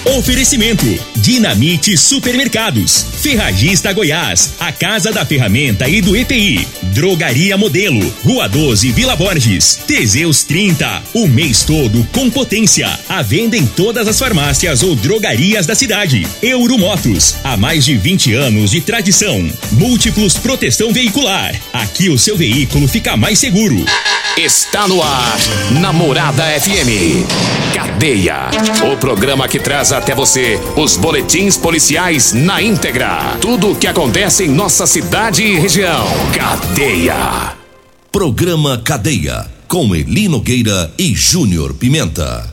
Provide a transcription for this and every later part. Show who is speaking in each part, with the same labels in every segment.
Speaker 1: Oferecimento: Dinamite Supermercados, Ferragista Goiás, a Casa da Ferramenta e do EPI, Drogaria Modelo, Rua 12, Vila Borges, Teseus 30, o mês todo com potência. À venda em todas as farmácias ou drogarias da cidade. Euromotos, há mais de 20 anos de tradição. Múltiplos Proteção Veicular, aqui o seu veículo fica mais seguro.
Speaker 2: Está no ar, Namorada FM. Cadeia, o programa que traz até você os boletins policiais na íntegra. Tudo o que acontece em nossa cidade e região. Cadeia.
Speaker 3: Programa Cadeia, com Eli Nogueira e Júnior Pimenta.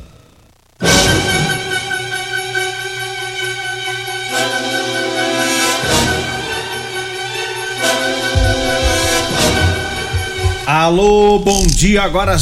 Speaker 4: Alô, bom dia, agora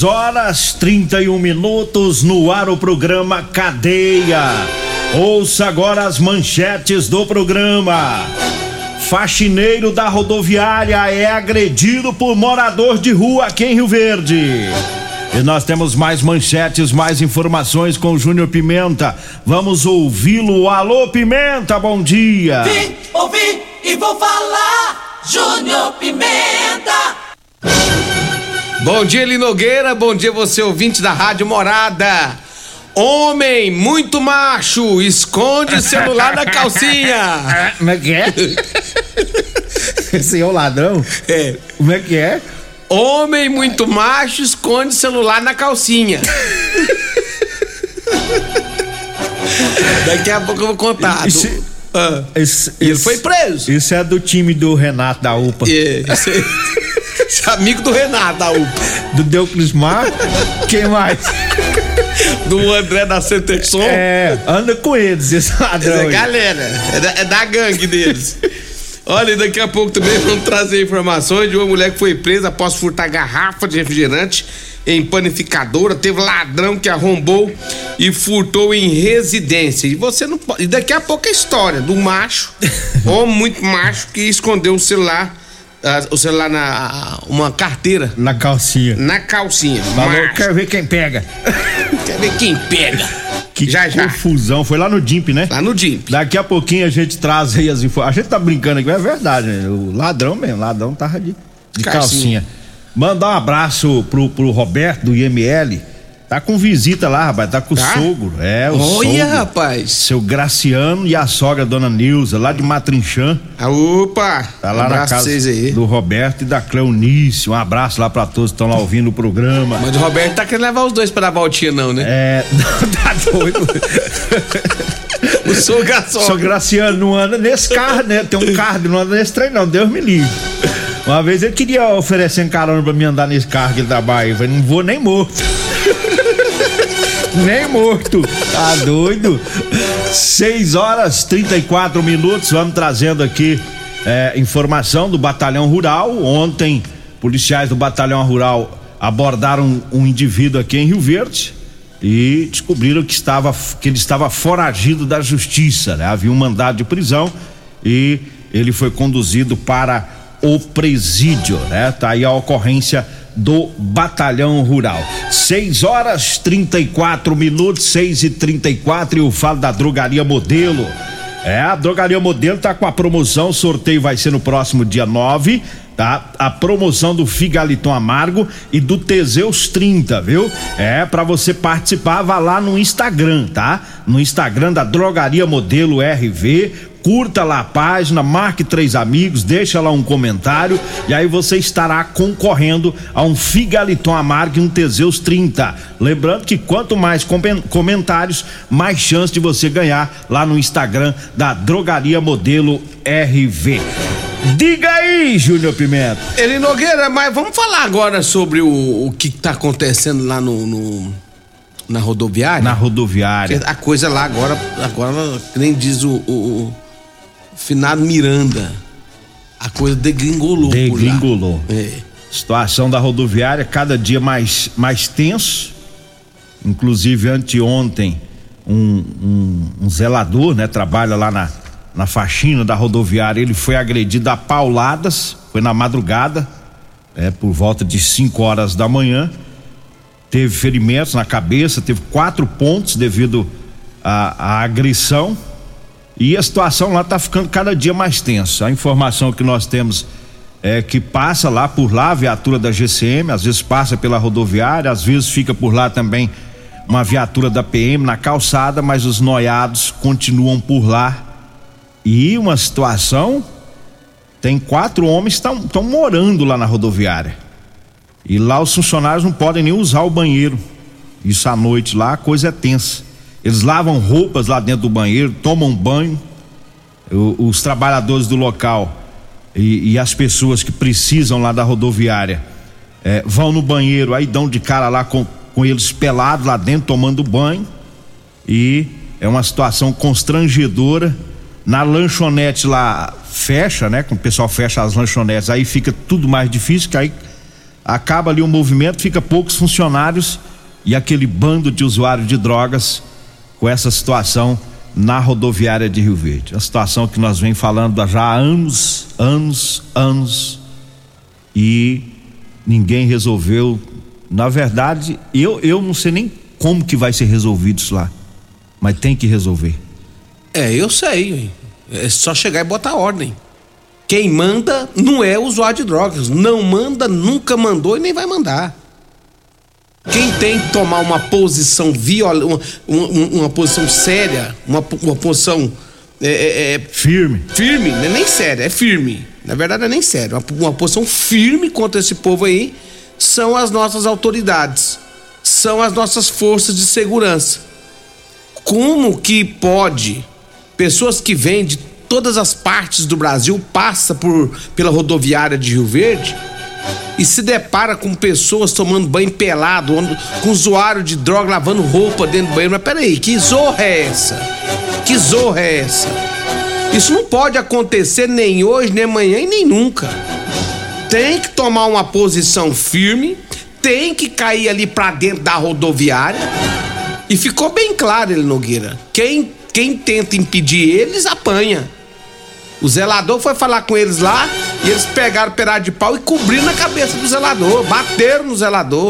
Speaker 4: 6h31, no ar o programa Cadeia. Ouça agora as manchetes do programa. Faxineiro da rodoviária é agredido por morador de rua aqui em Rio Verde. E nós temos mais manchetes, mais informações com o Júnior Pimenta. Vamos ouvi-lo. Alô, Pimenta, bom dia.
Speaker 5: Vim, ouvi e vou falar. Júnior Pimenta.
Speaker 6: Bom dia, Eli Nogueira, bom dia você ouvinte da Rádio Morada. Homem muito macho esconde o celular na calcinha.
Speaker 4: Como é que é? Esse é o ladrão?
Speaker 6: É.
Speaker 4: Como é que é?
Speaker 6: Homem muito macho esconde o celular na calcinha. Daqui a pouco eu vou contar. Ele foi preso.
Speaker 4: Isso é do time do Renato da UPA.
Speaker 6: Esse é amigo do Renato da UPA.
Speaker 4: Do Deuclis Marco. Quem mais?
Speaker 6: Do André da Centerson.
Speaker 4: Anda com eles, esse ladrão.
Speaker 6: Essa galera, é da gangue deles. Olha, daqui a pouco também vamos trazer informações de uma mulher que foi presa após furtar garrafa de refrigerante em panificadora. Teve ladrão que arrombou e furtou em residência. E você não pode. E daqui a pouco a história do macho, homem muito macho, que escondeu o celular na uma carteira.
Speaker 4: Na calcinha.
Speaker 6: Na calcinha.
Speaker 4: Quero ver quem pega.
Speaker 6: Quer ver quem pega?
Speaker 4: Que já. Confusão. Foi lá no DIMP, né?
Speaker 6: Lá no DIMP.
Speaker 4: Daqui a pouquinho a gente traz aí as informações. A gente tá brincando aqui, mas é verdade, né? O ladrão mesmo, ladrão tava de calcinha. Mandar um abraço pro Roberto do IML. Tá com visita lá, rapaz. Tá com o sogro. O
Speaker 6: sogro.
Speaker 4: Olha,
Speaker 6: rapaz.
Speaker 4: Seu Graciano e a sogra, dona Nilza, lá de Matrinchã.
Speaker 6: Opa!
Speaker 4: Tá lá na casa
Speaker 6: aí.
Speaker 4: Do Roberto e da Cleonice. Um abraço lá pra todos que estão lá ouvindo o programa.
Speaker 6: Mas o Roberto tá querendo levar os dois pra dar voltinha, não, né?
Speaker 4: Tá doido.
Speaker 6: O sogro
Speaker 4: Graciano não anda nesse carro, né? Tem um carro, não anda nesse trem, não. Deus me livre. Uma vez ele queria oferecer um carona pra mim andar nesse carro que ele trabalha. Eu falei, não vou nem morto. Nem morto. Tá doido? 6h34, vamos trazendo aqui informação do Batalhão Rural. Ontem, policiais do Batalhão Rural abordaram um indivíduo aqui em Rio Verde e descobriram que ele estava foragido da justiça, né? Havia um mandado de prisão e ele foi conduzido para o presídio, né? Tá aí a ocorrência do Batalhão Rural. 6h34, 6h34, e eu falo da Drogaria Modelo. A Drogaria Modelo tá com a promoção, o sorteio vai ser no próximo dia 9, tá? A promoção do Figaliton Amargo e do Teseus 30, viu? Pra você participar, vá lá no Instagram, tá? No Instagram da Drogaria Modelo RV, curta lá a página, marque 3 amigos, deixa lá um comentário e aí você estará concorrendo a um Figaliton Amargo e um Teseus 30. Lembrando que quanto mais comentários, mais chance de você ganhar lá no Instagram da Drogaria Modelo RV. Diga aí, Júnior Pimenta.
Speaker 6: Eli Nogueira, mas vamos falar agora sobre o que tá acontecendo lá na rodoviária?
Speaker 4: Na rodoviária.
Speaker 6: A coisa lá agora nem diz o finado Miranda, a coisa degringolou.
Speaker 4: Degringolou. Situação da rodoviária cada dia mais tenso. Inclusive anteontem um zelador, né, trabalha lá na faxina da rodoviária, ele foi agredido a pauladas, foi na madrugada, por volta de 5 horas da manhã, teve ferimentos na cabeça, teve 4 pontos devido a agressão, e a situação lá tá ficando cada dia mais tensa. A informação que nós temos é que passa lá por lá a viatura da GCM, às vezes passa pela rodoviária, às vezes fica por lá também uma viatura da PM na calçada, mas os noiados continuam por lá. E uma situação, tem 4 homens que estão morando lá na rodoviária, e lá os funcionários não podem nem usar o banheiro. Isso à noite lá, a coisa é tensa. Eles lavam roupas lá dentro do banheiro, tomam banho. Os trabalhadores do local e as pessoas que precisam lá da rodoviária vão no banheiro, aí dão de cara lá com eles pelados lá dentro tomando banho, e é uma situação constrangedora. Na lanchonete lá fecha, né? Quando o pessoal fecha as lanchonetes, aí fica tudo mais difícil, que aí acaba ali o movimento, fica poucos funcionários e aquele bando de usuários de drogas com essa situação na rodoviária de Rio Verde. A situação que nós vem falando já há anos, e ninguém resolveu. Na verdade, eu não sei nem como que vai ser resolvido isso lá, mas tem que resolver.
Speaker 7: Eu sei, é só chegar e botar ordem. Quem manda não é o usuário de drogas, não manda, nunca mandou e nem vai mandar. Quem tem que tomar uma posição uma posição séria, uma posição
Speaker 4: firme,
Speaker 7: não é nem séria, é firme. Na verdade não é nem sério, uma posição firme contra esse povo aí são as nossas autoridades, são as nossas forças de segurança. Como que pode pessoas que vêm de todas as partes do Brasil, passa pela rodoviária de Rio Verde e se depara com pessoas tomando banho pelado, com usuário de droga lavando roupa dentro do banheiro? Mas peraí, que zorra é essa? Que zorra é essa? Isso não pode acontecer nem hoje, nem amanhã e nem nunca. Tem que tomar uma posição firme, tem que cair ali pra dentro da rodoviária. E ficou bem claro, Eli Nogueira, quem tenta impedir eles apanha. O zelador foi falar com eles lá e eles pegaram o pedaço de pau e cobriram na cabeça do zelador, bateram no zelador.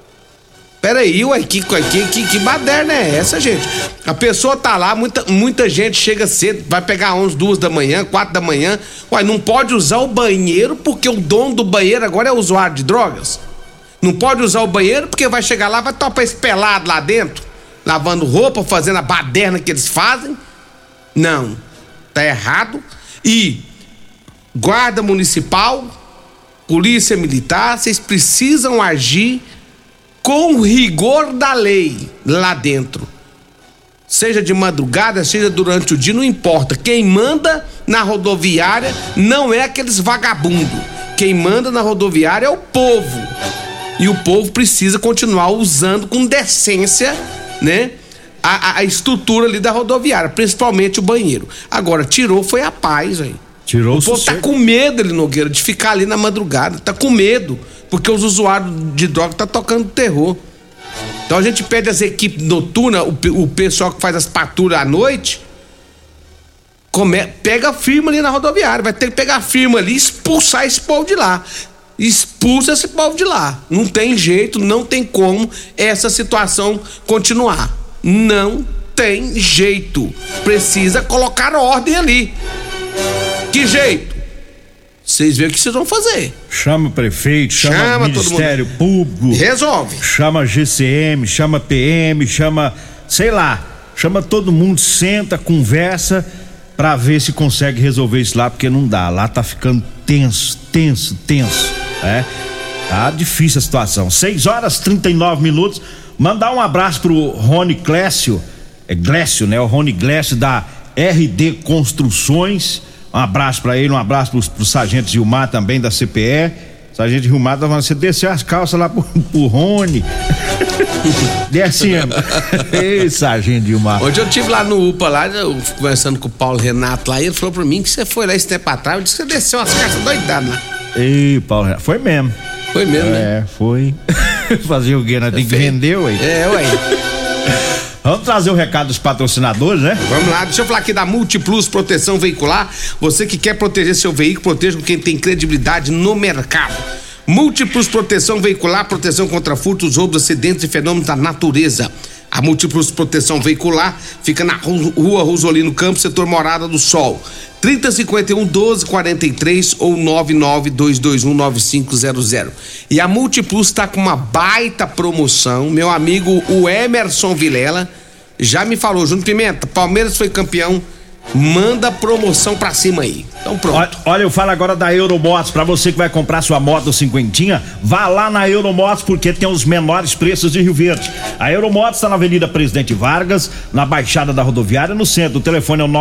Speaker 7: Peraí, ué, que baderna é essa, gente? A pessoa tá lá, muita gente chega cedo, vai pegar 11, 2 da manhã, 4 da manhã, ué, não pode usar o banheiro porque o dono do banheiro agora é usuário de drogas? Não pode usar o banheiro porque vai chegar lá, vai topar espelado lá dentro, lavando roupa, fazendo a baderna que eles fazem? Não, tá errado. E guarda municipal, polícia militar, vocês precisam agir com rigor da lei lá dentro. Seja de madrugada, seja durante o dia, não importa. Quem manda na rodoviária não é aqueles vagabundos. Quem manda na rodoviária é o povo. E o povo precisa continuar usando com decência, né, a estrutura ali da rodoviária, principalmente o banheiro. Agora, tirou foi a paz, aí.
Speaker 4: Tirou o
Speaker 7: povo tá com medo, Eli Nogueira, de ficar ali na madrugada, tá com medo, porque os usuários de droga tá tocando terror. Então a gente pede às equipes noturnas, o pessoal que faz as patrulhas à noite, pega firma ali na rodoviária, vai ter que pegar firma ali e expulsar esse povo de lá. Expulsa esse povo de lá. Não tem jeito, não tem como essa situação continuar. Não tem jeito. Precisa colocar ordem ali. Que jeito? Vocês veem o que vocês vão fazer.
Speaker 4: Chama o prefeito, chama o Ministério Público.
Speaker 7: Resolve.
Speaker 4: Chama GCM, chama PM, chama, sei lá, chama todo mundo, senta, conversa pra ver se consegue resolver isso lá, porque não dá. Lá tá ficando tenso. Tá difícil a situação. 6h39. Mandar um abraço pro Rony Glécio, Glécio, né? O Rony Glécio da RD Construções. Um abraço pra ele, um abraço pro Sargento Gilmar também da CPE. Sargento Gilmar tá falando, você desceu as calças lá pro Rony. Descendo. Ei, Sargento Gilmar.
Speaker 7: Hoje eu tive lá no UPA, lá, conversando com o Paulo Renato lá, e ele falou pra mim que você foi lá esse tempo atrás, eu disse que você desceu as calças doidadas lá.
Speaker 4: Ei, Paulo Renato, foi mesmo.
Speaker 7: Foi mesmo, né?
Speaker 4: Foi. Fazer o quê? Nós tem que vender, ué.
Speaker 7: Ué.
Speaker 4: Vamos trazer o recado dos patrocinadores, né?
Speaker 7: Vamos lá, deixa eu falar aqui da Multiplus Proteção Veicular. Você que quer proteger seu veículo, proteja com quem tem credibilidade no mercado. Múltiplos Proteção Veicular, proteção contra furtos, roubos, acidentes e fenômenos da natureza.
Speaker 6: A Multiplus Proteção Veicular fica na Rua Rosolino Campos, setor Morada do Sol. 3051-1243 ou 992219500. E a Multiplus está com uma baita promoção. Meu amigo, o Emerson Vilela, já me falou, Júnior Pimenta, Palmeiras foi campeão, manda promoção pra cima aí. Então pronto.
Speaker 4: Olha, eu falo agora da Euromotos. Pra você que vai comprar sua moto cinquentinha, vá lá na Euromotos, porque tem os menores preços de Rio Verde. A Euromotos está na Avenida Presidente Vargas, na Baixada da Rodoviária, no centro. O telefone é o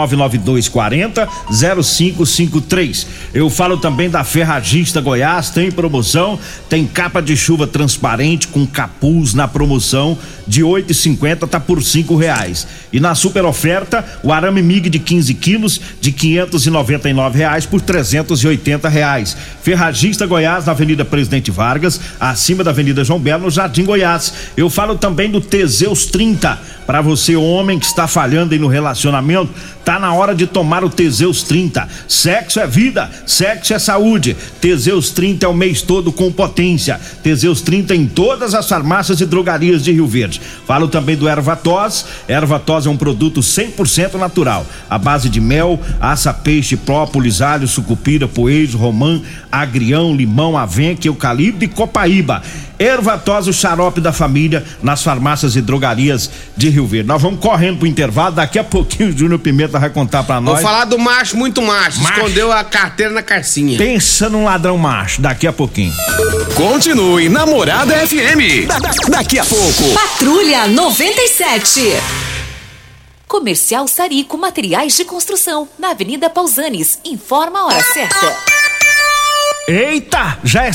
Speaker 4: 99240-0553. Eu falo também da Ferragista Goiás, tem promoção, tem capa de chuva transparente com capuz na promoção de R$8,50, tá por R$5. E na super oferta, o arame MIG de 15 quilos de R$599 por R$380. Ferragista Goiás, na Avenida Presidente Vargas, acima da Avenida João Belo, no Jardim Goiás. Eu falo também do Teseus 30, para você homem que está falhando aí no relacionamento, tá na hora de tomar o Teseus 30. Sexo é vida, sexo é saúde. Teseus 30 é o mês todo com potência. Teseus 30 em todas as farmácias e drogarias de Rio Verde. Falo também do Ervatos. Ervatos é um produto 100% natural, à base de mel, aça, peixe, própolis, alho, sucupira, poejo, romã, agrião, limão, avenca, eucalipto e copaíba. Ervatos, o xarope da família, nas farmácias e drogarias de Rio Verde. Nós vamos correndo pro intervalo, daqui a pouquinho o Júnior Pimenta vai contar pra nós.
Speaker 6: Vou falar do macho, muito macho, escondeu a carteira na carcinha.
Speaker 4: Pensa num ladrão macho, daqui a pouquinho.
Speaker 2: Continue na Morada FM. Daqui a pouco.
Speaker 8: Patrulha 97. Comercial Sarico Materiais de Construção, na Avenida Pausanes. Informa a hora certa.
Speaker 4: Eita, já é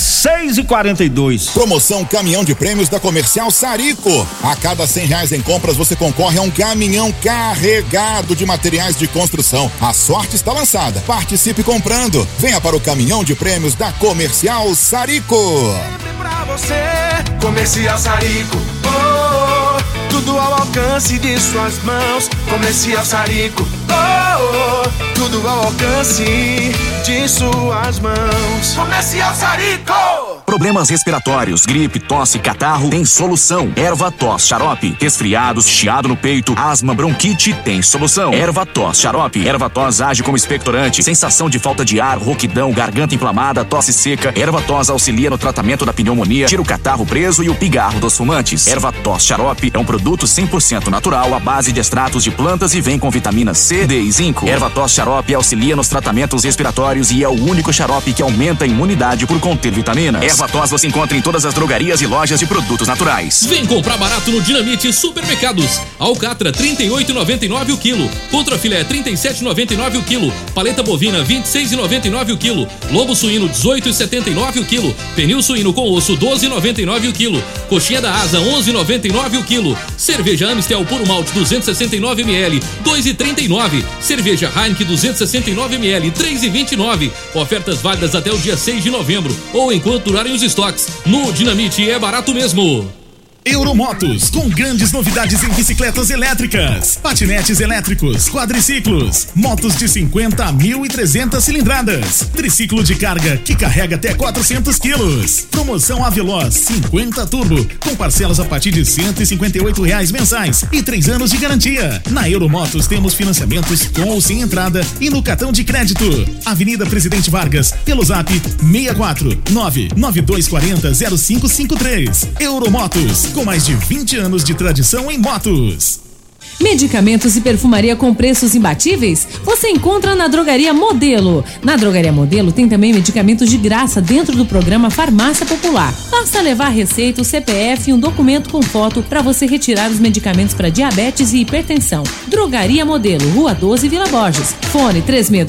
Speaker 4: 6h42.
Speaker 9: Promoção Caminhão de Prêmios da Comercial Sarico. A cada R$100 em compras você concorre a um caminhão carregado de materiais de construção. A sorte está lançada. Participe comprando. Venha para o Caminhão de Prêmios da Comercial Sarico.
Speaker 10: Sempre pra você, Comercial Sarico. Oh, tudo ao alcance de suas mãos. Comercial Sarico. Oh, tudo ao alcance de suas mãos. Comercial Sarico.
Speaker 2: Problemas respiratórios, gripe, tosse, catarro, tem solução. Ervatos Xarope. Resfriados, chiado no peito, asma, bronquite, tem solução. Ervatos Xarope. Ervatos age como expectorante, sensação de falta de ar, rouquidão, garganta inflamada, tosse seca. Ervatos auxilia no tratamento da pneumonia, tira o catarro preso e o pigarro dos fumantes. Ervatos Xarope é um produto 100% natural à base de extratos de plantas e vem com vitaminas C, D e zinco. Ervatos Xarope auxilia nos tratamentos respiratórios e é o único xarope que aumenta a imunidade por conter vitaminas. Ervatos você encontra em todas as drogarias e lojas de produtos naturais.
Speaker 11: Vem comprar barato no Dinamite Supermercados. Alcatra 38,99 o quilo. Contrafilé 37,99 o quilo. Paleta bovina 26,99 o quilo. Lombo suíno 18,79 o quilo. Pernil suíno com osso 12,99 o quilo. Coxinha da asa 11,99 o quilo. Cerveja Amstel puro malte 269 ml 2,39. Cerveja Heineken 269 ml 3,29. Ofertas válidas até o dia 6 de novembro ou enquanto durarem os estoques. No Dinamite é barato mesmo.
Speaker 12: Euromotos, com grandes novidades em bicicletas elétricas, patinetes elétricos, quadriciclos, motos de 50 a 1.300 cilindradas, triciclo de carga que carrega até 400 quilos. Promoção Aveloz 50 Turbo, com parcelas a partir de R$158 mensais e 3 anos de garantia. Na Euromotos temos financiamentos com ou sem entrada e no cartão de crédito. Avenida Presidente Vargas, pelo zap 64 99240 0553. Euromotos, com mais de 20 anos de tradição em motos.
Speaker 13: Medicamentos e perfumaria com preços imbatíveis? Você encontra na Drogaria Modelo. Na Drogaria Modelo tem também medicamentos de graça dentro do programa Farmácia Popular. Basta levar a receita, o CPF e um documento com foto para você retirar os medicamentos para diabetes e hipertensão. Drogaria Modelo, Rua 12, Vila Borges. Fone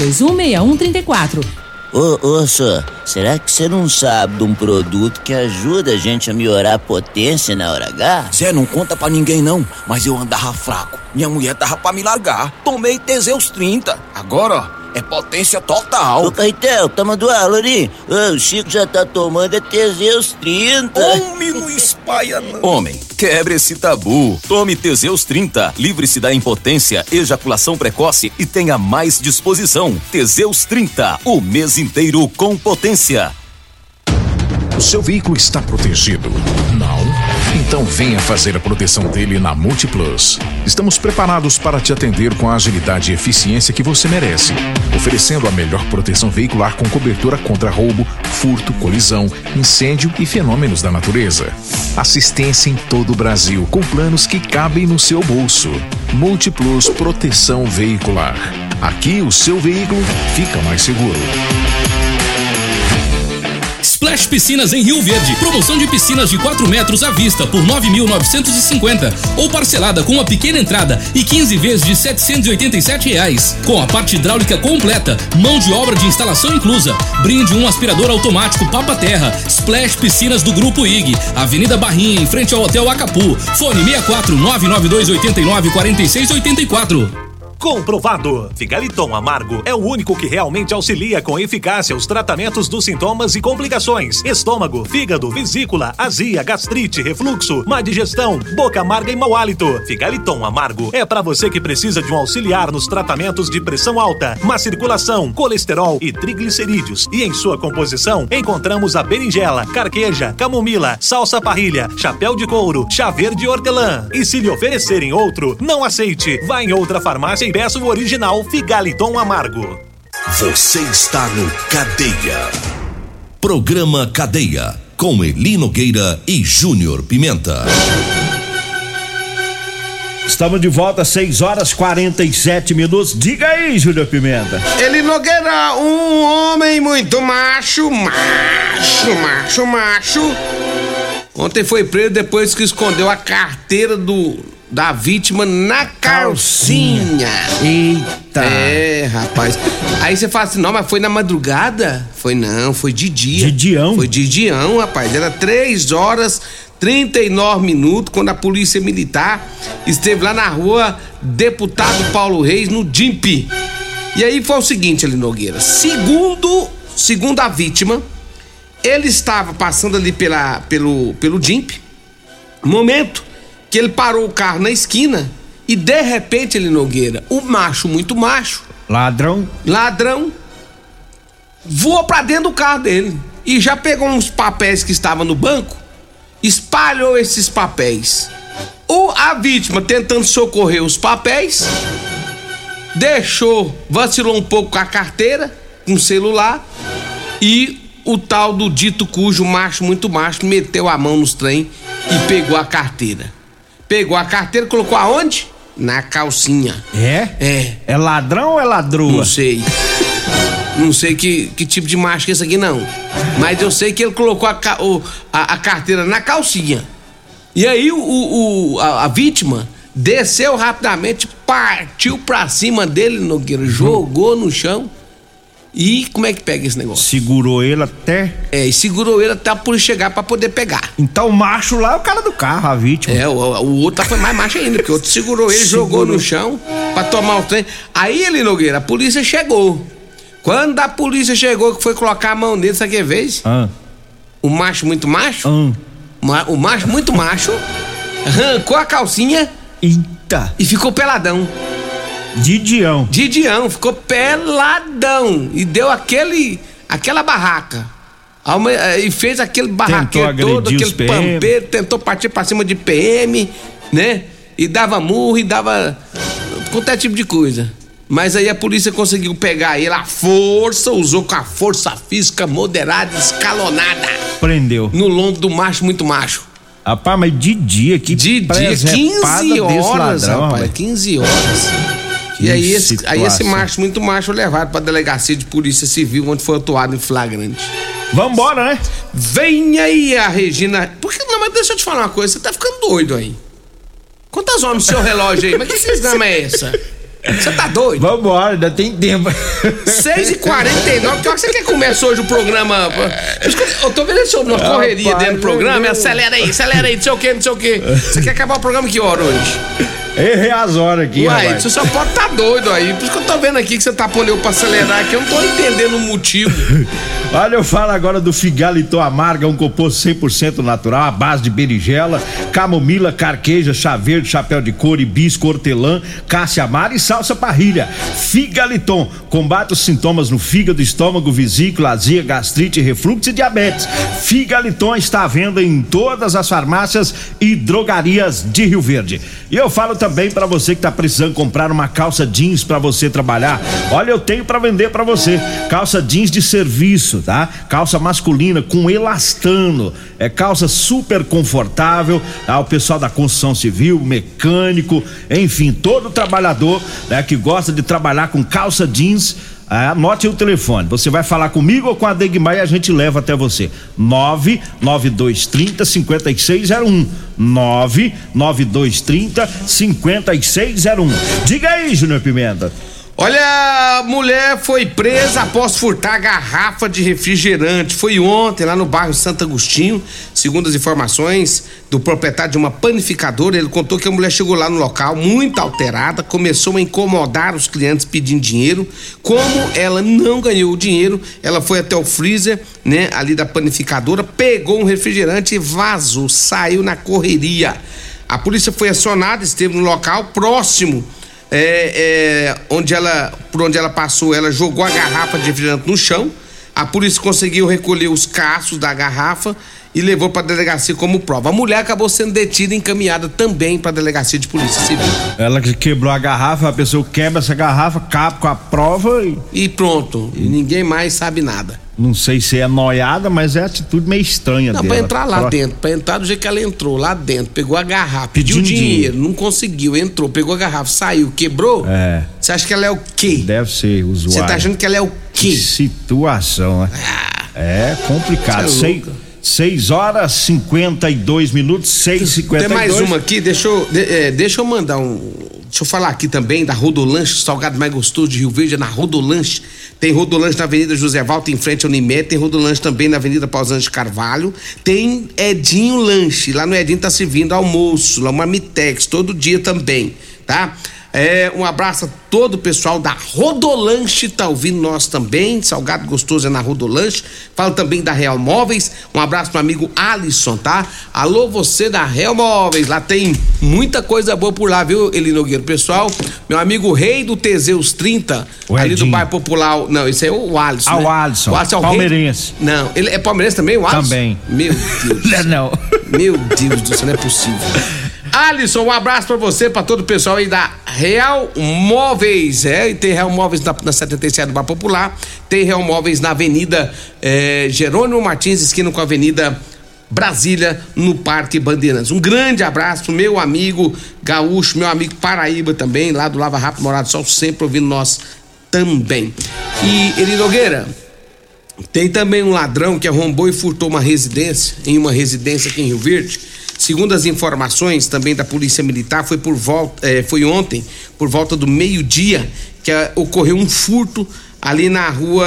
Speaker 13: 3621-6134.
Speaker 14: Ô, senhor, será que você não sabe de um produto que ajuda a gente a melhorar a potência na hora H?
Speaker 15: Zé, não conta pra ninguém não, mas eu andava fraco. Minha mulher tava pra me largar. Tomei Teseus 30. Agora, ó, é potência total.
Speaker 14: Ô, Caetel, tá mandando aula ali? O Chico já tá tomando Teseus 30.
Speaker 15: Homem, não espalha não.
Speaker 16: Homem, quebre esse tabu. Tome Teseus 30. Livre-se da impotência, ejaculação precoce e tenha mais disposição. Teseus 30. O mês inteiro com potência.
Speaker 17: O seu veículo está protegido? Não? Então venha fazer a proteção dele na Multiplus. Estamos preparados para te atender com a agilidade e eficiência que você merece, oferecendo a melhor proteção veicular com cobertura contra roubo, furto, colisão, incêndio e fenômenos da natureza. Assistência em todo o Brasil, com planos que cabem no seu bolso. Multiplus Proteção Veicular. Aqui o seu veículo fica mais seguro.
Speaker 11: Splash Piscinas em Rio Verde. Promoção de piscinas de 4 metros à vista por 9.950 ou parcelada com uma pequena entrada e 15 vezes de R$787. Com a parte hidráulica completa, mão de obra de instalação inclusa. Brinde um aspirador automático Papa Terra. Splash Piscinas do Grupo IG. Avenida Barrinha, em frente ao Hotel Acapu. Fone 64 992 89 46 84.
Speaker 18: Comprovado. Figaliton Amargo é o único que realmente auxilia com eficácia os tratamentos dos sintomas e complicações: estômago, fígado, vesícula, azia, gastrite, refluxo, má digestão, boca amarga e mau hálito. Figaliton Amargo é para você que precisa de um auxiliar nos tratamentos de pressão alta, má circulação, colesterol e triglicerídeos. E em sua composição encontramos a berinjela, carqueja, camomila, salsa parrilha, chapéu de couro, chá verde e hortelã. E se lhe oferecerem outro, não aceite. Vá em outra farmácia e peça o original Figaliton Amargo.
Speaker 3: Você está no Cadeia. Programa Cadeia, com Eli Nogueira e Júnior Pimenta.
Speaker 4: Estamos de volta, 6h47. Diga aí, Júnior Pimenta.
Speaker 6: Eli Nogueira, um homem muito macho. Ontem foi preso depois que escondeu a carteira da vítima na calcinha.
Speaker 4: Eita!
Speaker 6: É, rapaz. Aí você fala assim, não, mas foi na madrugada? Foi não, foi de dia.
Speaker 4: Didião?
Speaker 6: Foi de didião, rapaz. Era 3h39 quando a polícia militar esteve lá na rua Deputado Paulo Reis, no DIMP. E aí foi o seguinte, Eli Nogueira. Segundo a vítima, ele estava passando ali pelo DIMP, momento que ele parou o carro na esquina e de repente, Eli Nogueira, o macho, muito macho, ladrão, voou pra dentro do carro dele e já pegou uns papéis que estavam no banco, espalhou esses papéis. A vítima, tentando socorrer os papéis, vacilou um pouco com a carteira, com o celular, e o tal do dito cujo macho, muito macho, meteu a mão nos trem e pegou a carteira. Pegou a carteira e colocou aonde? Na calcinha.
Speaker 4: É? É ladrão ou é ladrua?
Speaker 6: Não sei. Não sei que tipo de macho que é esse aqui, não. Mas eu sei que ele colocou a carteira na calcinha. E aí a vítima desceu rapidamente, partiu pra cima dele, Nogueira, jogou no chão. E como é que pega esse negócio?
Speaker 4: Segurou ele até?
Speaker 6: E segurou ele até a polícia chegar pra poder pegar.
Speaker 4: Então o macho lá é o cara do carro, a vítima.
Speaker 6: O outro foi mais macho ainda, porque o outro segurou ele, jogou no chão pra tomar o trem. Aí, Eli Nogueira, a polícia chegou. Quando a polícia chegou, que foi colocar a mão nele, sabe que vez? O macho muito macho? O macho muito macho arrancou a calcinha.
Speaker 4: Eita!
Speaker 6: E ficou peladão.
Speaker 4: Didião,
Speaker 6: ficou peladão e deu aquela barraca. E fez aquele barraqueiro todo, aquele pampeiro, tentou partir pra cima de PM, né? E dava murro, e dava qualquer tipo de coisa. Mas aí a polícia conseguiu pegar ele à força, usou com a força física moderada, escalonada.
Speaker 4: Prendeu.
Speaker 6: No lombo do macho, muito macho.
Speaker 4: Rapaz, mas de dia,
Speaker 6: 15 horas, rapaz, 15 horas. E aí esse macho, muito macho, levado pra delegacia de polícia civil, onde foi atuado em flagrante.
Speaker 4: Vambora, né?
Speaker 6: Vem aí a Regina. Não, mas deixa eu te falar uma coisa, você tá ficando doido aí. Quantas horas no seu relógio aí? Mas que desgrama é essa? Você tá doido?
Speaker 4: Vambora, ainda tem tempo.
Speaker 6: 6h49, que hora você quer que comece hoje o programa? Eu tô vendo sobre uma correria dentro do programa, acelera aí, não sei o que. Você quer acabar o programa que hora hoje?
Speaker 4: Errei as horas aqui,
Speaker 7: Uai,
Speaker 4: rapaz.
Speaker 7: você só pode tá doido aí. Por isso que eu tô vendo aqui que você tá pondo eu pra acelerar aqui. Eu não tô entendendo o motivo.
Speaker 4: Olha, eu falo agora do Figaliton Amarga, um composto 100% natural, à base de berinjela, camomila, carqueja, chá verde, chapéu de couro, hibisco, hortelã, cássia amara e salsa parrilha. Figaliton combate os sintomas no fígado, estômago, vesícula, azia, gastrite, refluxo e diabetes. Figaliton está à venda em todas as farmácias e drogarias de Rio Verde. E eu falo também para você que tá precisando comprar uma calça jeans para você trabalhar. Olha, eu tenho para vender para você. Calça jeans de serviço, tá? Calça masculina com elastano. É calça super confortável, tá? O pessoal da construção civil, mecânico, enfim, todo trabalhador, né, que gosta de trabalhar com calça jeans. Anote o telefone, você vai falar comigo ou com a Degmar e a gente leva até você. 99230-5601. 99230-5601. Diga aí, Júnior Pimenta.
Speaker 7: Olha, a mulher foi presa após furtar garrafa de refrigerante. Foi ontem lá no bairro Santo Agostinho. Segundo as informações do proprietário de uma panificadora, ele contou que a mulher chegou lá no local muito alterada, começou a incomodar os clientes pedindo dinheiro. Como ela não ganhou o dinheiro, ela foi até o freezer, né, ali da panificadora, pegou um refrigerante e vazou, saiu na correria. A polícia foi acionada, esteve no local próximo. Por onde ela passou, ela jogou a garrafa de refrigerante no chão. A polícia conseguiu recolher os cachos da garrafa e levou para a delegacia como prova. A mulher acabou sendo detida e encaminhada também para a delegacia de polícia civil.
Speaker 4: Ela que quebrou a garrafa, a pessoa quebra essa garrafa, acaba com a prova
Speaker 7: e pronto. E ninguém mais sabe nada.
Speaker 4: Não sei se é noiada, mas é atitude meio estranha dela.
Speaker 7: Não, pra entrar lá dentro, pra entrar do jeito que ela entrou, lá dentro, pegou a garrafa, pediu dinheiro, não conseguiu, entrou, pegou a garrafa, saiu, quebrou. Você acha que ela é o quê?
Speaker 4: Deve ser usuário.
Speaker 7: Você tá achando que ela é o quê?
Speaker 4: Que situação, né? É complicado. 6 horas 52 minutos, 6h52.
Speaker 7: Tem mais uma aqui, deixa eu mandar deixa eu falar aqui também da Rodolanche, salgado mais gostoso de Rio Verde, é na Rodolanche. Tem Rodolanche na Avenida José Valter, em frente ao Unimed. Tem Rodolanche também na Avenida Pausanias de Carvalho. Tem Edinho Lanche, lá no Edinho tá servindo almoço, lá uma Marmitex, todo dia também, tá? Um abraço a todo o pessoal da Rodolanche, tá ouvindo nós também. Salgado gostoso é na Rodolanche. Falo também da Real Móveis. Um abraço pro amigo Alisson, tá? Alô, você da Real Móveis. Lá tem muita coisa boa por lá, viu, Eli Nogueira? Pessoal, meu amigo Rei do Teseus 30, ali do bairro Popular. Não, esse é o Alisson.
Speaker 4: O
Speaker 7: né?
Speaker 4: Alisson.
Speaker 7: O Alisson é o
Speaker 4: palmeirense.
Speaker 7: Rei... Não, ele é palmeirense também, o Alisson?
Speaker 4: Também.
Speaker 7: Meu Deus.
Speaker 4: Não.
Speaker 7: Meu Deus do céu, não é possível. Alisson, um abraço pra você, pra todo o pessoal aí da Real Móveis, e tem Real Móveis na 77 do Bar Popular, tem Real Móveis na Avenida Jerônimo Martins, esquina com a Avenida Brasília, no Parque Bandeirantes. Um grande abraço pro meu amigo Gaúcho, meu amigo Paraíba também, lá do Lava Rápido Morado do Sol, sempre ouvindo nós também. E Eli Nogueira, tem também um ladrão que arrombou e furtou uma residência, aqui em Rio Verde. Segundo as informações também da Polícia Militar, foi ontem, por volta do meio-dia, que ocorreu um furto ali na rua,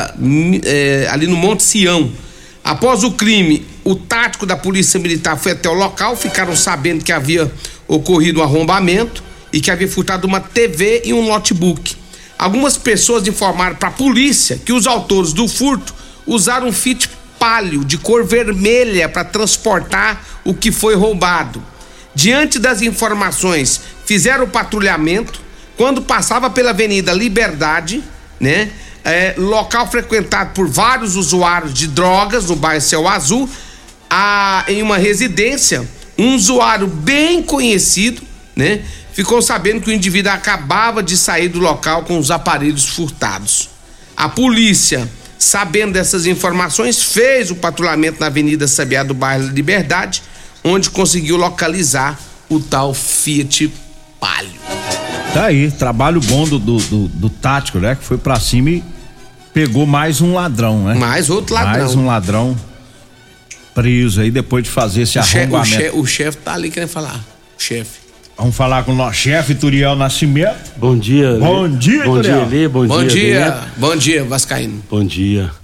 Speaker 7: ali no Monte Sião. Após o crime, o tático da Polícia Militar foi até o local, ficaram sabendo que havia ocorrido um arrombamento e que havia furtado uma TV e um notebook. Algumas pessoas informaram para a polícia que os autores do furto usaram um Fiat Palio de cor vermelha para transportar o que foi roubado. Diante das informações, fizeram o patrulhamento. Quando passava pela Avenida Liberdade, né, local frequentado por vários usuários de drogas no bairro Céu Azul, em uma residência, um usuário bem conhecido, né, ficou sabendo que o indivíduo acabava de sair do local com os aparelhos furtados. A polícia, sabendo dessas informações, fez o patrulhamento na Avenida Sabiá do bairro Liberdade, onde conseguiu localizar o tal Fiat Palio.
Speaker 4: Tá aí, trabalho bom do tático, né? Que foi pra cima e pegou mais um ladrão, né?
Speaker 7: Mais outro ladrão.
Speaker 4: Mais um ladrão preso aí depois de fazer esse arrombamento.
Speaker 7: O chefe tá ali querendo falar. Chefe.
Speaker 4: Vamos falar com o nosso chefe, Turiel Nascimento.
Speaker 19: Bom dia.
Speaker 4: Bom dia,
Speaker 19: Turiel.
Speaker 4: Bom dia,
Speaker 19: Bom dia,
Speaker 7: Bom dia, Vascaíno.
Speaker 19: Bom dia.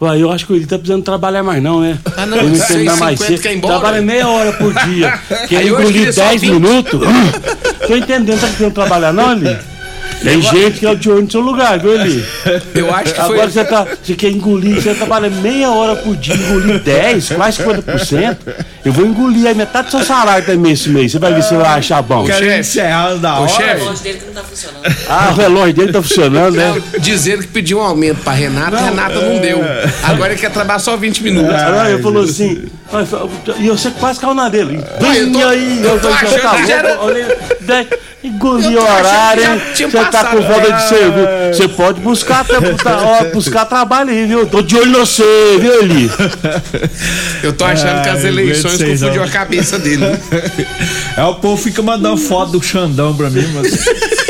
Speaker 19: Ué, eu acho que ele tá precisando trabalhar mais não, né?
Speaker 7: Ah, não,
Speaker 19: ele não terminar mais cedo. Trabalha meia hora por dia. Quer engolir 10 minutos? Tô entendendo, tá precisando trabalhar não, Eli? Tem gente que é de olho no seu lugar, viu, Eli?
Speaker 7: Eu acho que
Speaker 19: agora você quer engolir, você trabalha meia hora por dia, engolir 10, quase 50%. Eu vou engolir aí metade do seu salário também esse mês. Você vai ver se você vai achar bom.
Speaker 7: O chefe,
Speaker 19: o
Speaker 7: relógio
Speaker 19: dele que não tá funcionando. Ah, o relógio dele tá funcionando, né?
Speaker 7: Dizendo que pediu um aumento pra Renata, Renata não deu. Agora ele quer trabalhar só 20 minutos.
Speaker 19: Ele falou assim, e você quase caiu na dele.
Speaker 7: Eu tô achando que era...
Speaker 19: Engolir o horário, hein? Você tá com falta de serviço. Você pode buscar trabalho aí, viu? Tô de olho no você, viu, Eli?
Speaker 6: Eu tô achando que as eleições confundiu a cabeça dele.
Speaker 4: O povo fica mandando foto do Xandão pra mim, mas...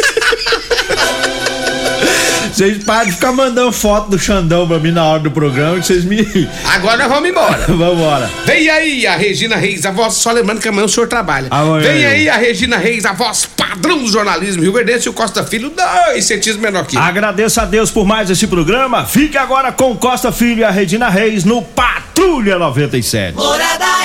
Speaker 4: Vocês param de ficar mandando foto do Xandão pra mim na hora do programa, que vocês me...
Speaker 6: Agora nós vamos embora.
Speaker 4: Vamos embora.
Speaker 6: Vem aí a Regina Reis, a voz, só lembrando que amanhã o senhor trabalha. Vem aí a Regina Reis, a voz padrão do jornalismo rio-verdense, e o Costa Filho, 2 centímetros menor que.
Speaker 4: Agradeço a Deus por mais esse programa. Fique agora com o Costa Filho e a Regina Reis no Patrulha 97.
Speaker 5: Morada